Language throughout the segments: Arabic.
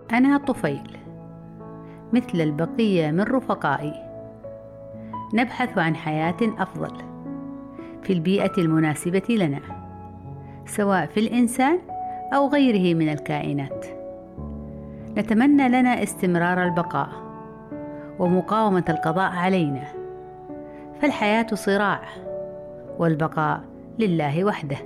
أنا طفيل مثل البقية من رفقائي، نبحث عن حياة أفضل في البيئة المناسبة لنا، سواء في الإنسان أو غيره من الكائنات. نتمنى لنا استمرار البقاء ومقاومة القضاء علينا، فالحياة صراع والبقاء لله وحده.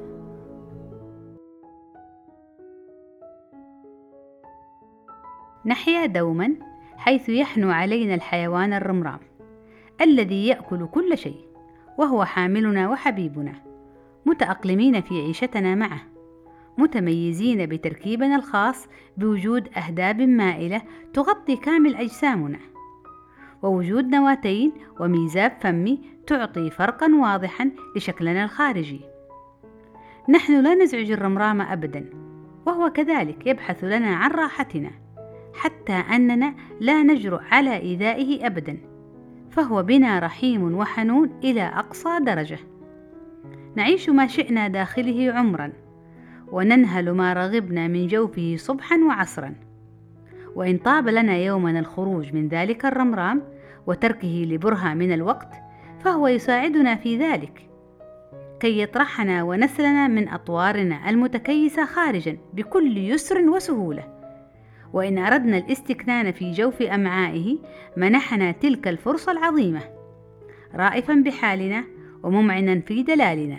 نحيا دوما حيث يحنو علينا الحيوان الرمرام الذي يأكل كل شيء، وهو حاملنا وحبيبنا، متأقلمين في عيشتنا معه، متميزين بتركيبنا الخاص بوجود أهداب مائلة تغطي كامل أجسامنا، ووجود نواتين وميزاب فمي تعطي فرقا واضحا لشكلنا الخارجي. نحن لا نزعج الرمرام أبدا، وهو كذلك يبحث لنا عن راحتنا، حتى أننا لا نجرؤ على إيذائه أبدا، فهو بنا رحيم وحنون إلى أقصى درجة. نعيش ما شئنا داخله عمرا، وننهل ما رغبنا من جوفه صبحا وعصرا. وإن طاب لنا يوما الخروج من ذلك الرمرام وتركه لبرهة من الوقت، فهو يساعدنا في ذلك كي يطرحنا ونسلنا من أطوارنا المتكيسة خارجا بكل يسر وسهولة. وإن أردنا الاستكنان في جوف أمعائه منحنا تلك الفرصة العظيمة، رائفا بحالنا وممعنا في دلالنا.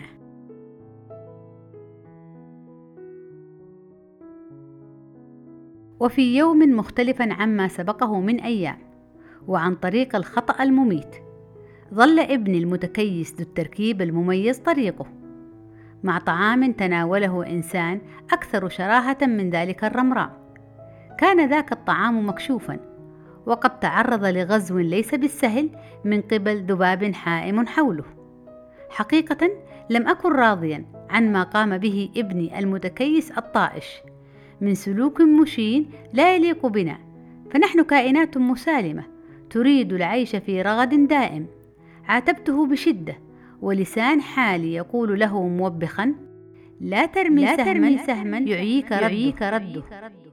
وفي يوم مختلفا عما سبقه من أيام، وعن طريق الخطأ المميت، ظل ابني المتكيس ذو التركيب المميز طريقه مع طعام تناوله إنسان أكثر شراهة من ذلك الرمرام. كان ذاك الطعام مكشوفا، وقد تعرض لغزو ليس بالسهل من قبل ذباب حائم حوله. حقيقة لم أكن راضيا عن ما قام به ابني المتكيس الطائش من سلوك مشين لا يليق بنا، فنحن كائنات مسالمة تريد العيش في رغد دائم. عاتبته بشدة، ولسان حالي يقول له موبخا: لا ترمي سهما يعيك رده.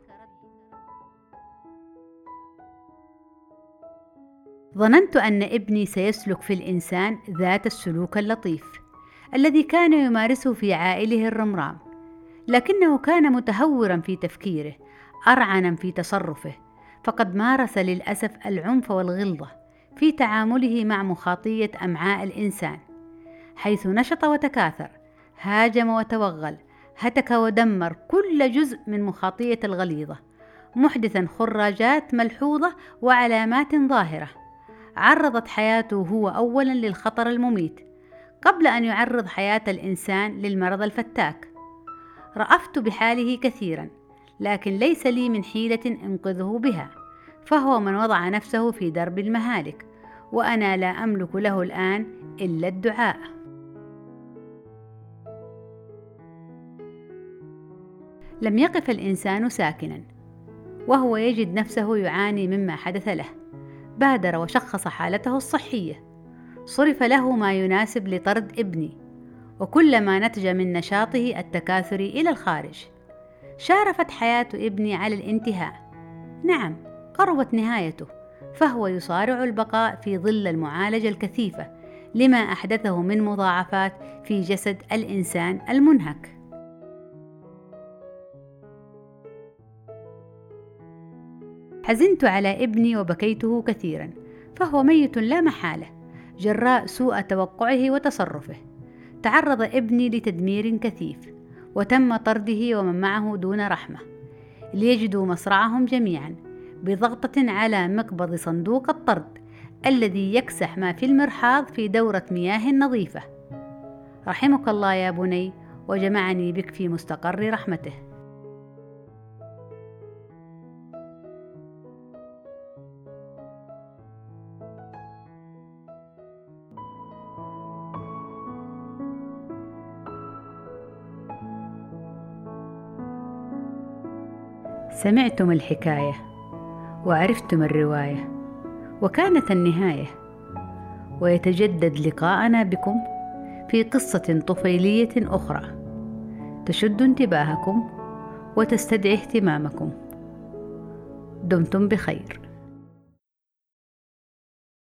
ظننت أن ابني سيسلك في الإنسان ذات السلوك اللطيف الذي كان يمارسه في عائله الرمرام، لكنه كان متهورا في تفكيره، أرعنا في تصرفه، فقد مارس للأسف العنف والغلظة في تعامله مع مخاطية أمعاء الإنسان، حيث نشط وتكاثر، هاجم وتوغل، هتك ودمر كل جزء من مخاطية الغليظة، محدثا خراجات ملحوظة وعلامات ظاهرة عرضت حياته هو أولا للخطر المميت قبل أن يعرض حياة الإنسان للمرض الفتاك. رأفت بحاله كثيرا، لكن ليس لي من حيلة أنقذه بها، فهو من وضع نفسه في درب المهالك، وأنا لا أملك له الآن إلا الدعاء. لم يقف الإنسان ساكنا وهو يجد نفسه يعاني مما حدث له، بادر وشخص حالته الصحية، صرف له ما يناسب لطرد ابني، وكلما نتج من نشاطه التكاثري إلى الخارج. شارفت حياة ابني على الانتهاء، نعم قربت نهايته، فهو يصارع البقاء في ظل المعالجة الكثيفة لما أحدثه من مضاعفات في جسد الإنسان المنهك. حزنت على ابني وبكيته كثيرا، فهو ميت لا محالة جراء سوء توقعه وتصرفه. تعرض ابني لتدمير كثيف، وتم طرده ومن معه دون رحمة، ليجدوا مصرعهم جميعا بضغطة على مقبض صندوق الطرد الذي يكسح ما في المرحاض في دورة مياه نظيفة. رحمك الله يا بني، وجمعني بك في مستقر رحمته. سمعتم الحكاية وعرفتم الرواية، وكانت النهاية، ويتجدد لقاءنا بكم في قصة طفيلية أخرى تشد انتباهكم وتستدعي اهتمامكم. دمتم بخير.